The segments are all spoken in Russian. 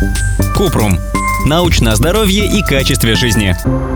Купрум. Научное здоровье и качестве жизни.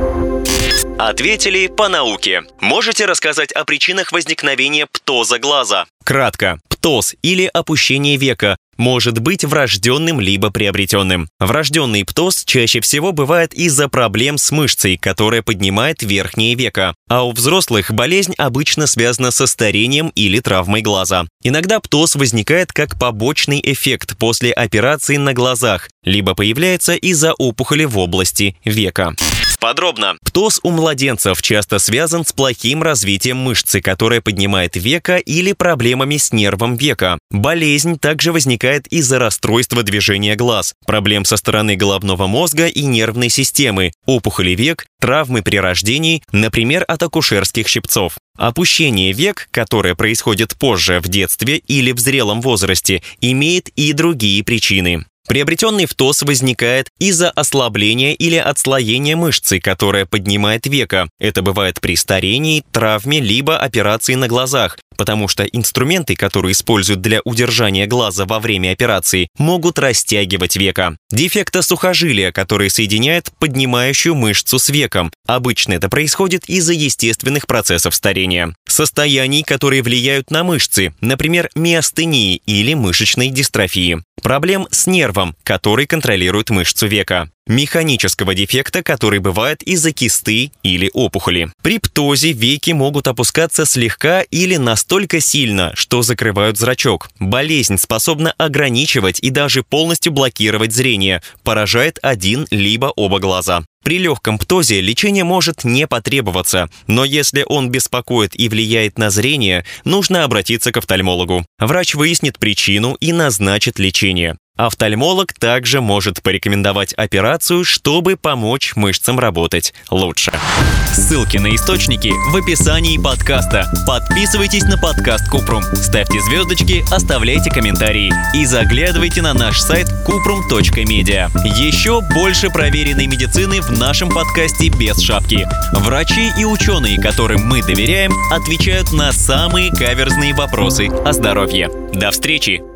Ответили по науке. Можете рассказать о причинах возникновения птоза глаза? Кратко. Птоз или опущение века может быть врожденным либо приобретенным. Врожденный птоз чаще всего бывает из-за проблем с мышцей, которая поднимает верхнее веко. А у взрослых болезнь обычно связана со старением или травмой глаза. Иногда птоз возникает как побочный эффект после операции на глазах, либо появляется из-за опухоли в области века. Подробно. Птоз у младенцев часто связан с плохим развитием мышцы, которая поднимает веко, или проблемами с нервом века. Болезнь также возникает из-за расстройства движения глаз, проблем со стороны головного мозга и нервной системы, опухоли век, травмы при рождении, например, от акушерских щипцов. Опущение век, которое происходит позже в детстве или в зрелом возрасте, имеет и другие причины. Приобретенный птоз возникает из-за ослабления или отслоения мышцы, которая поднимает веко. Это бывает при старении, травме либо операции на глазах, потому что инструменты, которые используют для удержания глаза во время операции, могут растягивать веко. Дефекта сухожилия, который соединяет поднимающую мышцу с веком. Обычно это происходит из-за естественных процессов старения. Состояний, которые влияют на мышцы, например, миостении или мышечной дистрофии. Проблем с нервом, который контролирует мышцу века. Механического дефекта, который бывает из-за кисты или опухоли. При птозе веки могут опускаться слегка или настолько сильно, что закрывают зрачок. Болезнь способна ограничивать и даже полностью блокировать зрение, поражает один либо оба глаза. При легком птозе лечение может не потребоваться, но если он беспокоит и влияет на зрение, нужно обратиться к офтальмологу. Врач выяснит причину и назначит лечение. Офтальмолог также может порекомендовать операцию, чтобы помочь мышцам работать лучше. Ссылки на источники в описании подкаста. Подписывайтесь на подкаст Купрум, ставьте звездочки, оставляйте комментарии и заглядывайте на наш сайт kuprum.media. Еще больше проверенной медицины в нашем подкасте без шапки. Врачи и ученые, которым мы доверяем, отвечают на самые каверзные вопросы о здоровье. До встречи!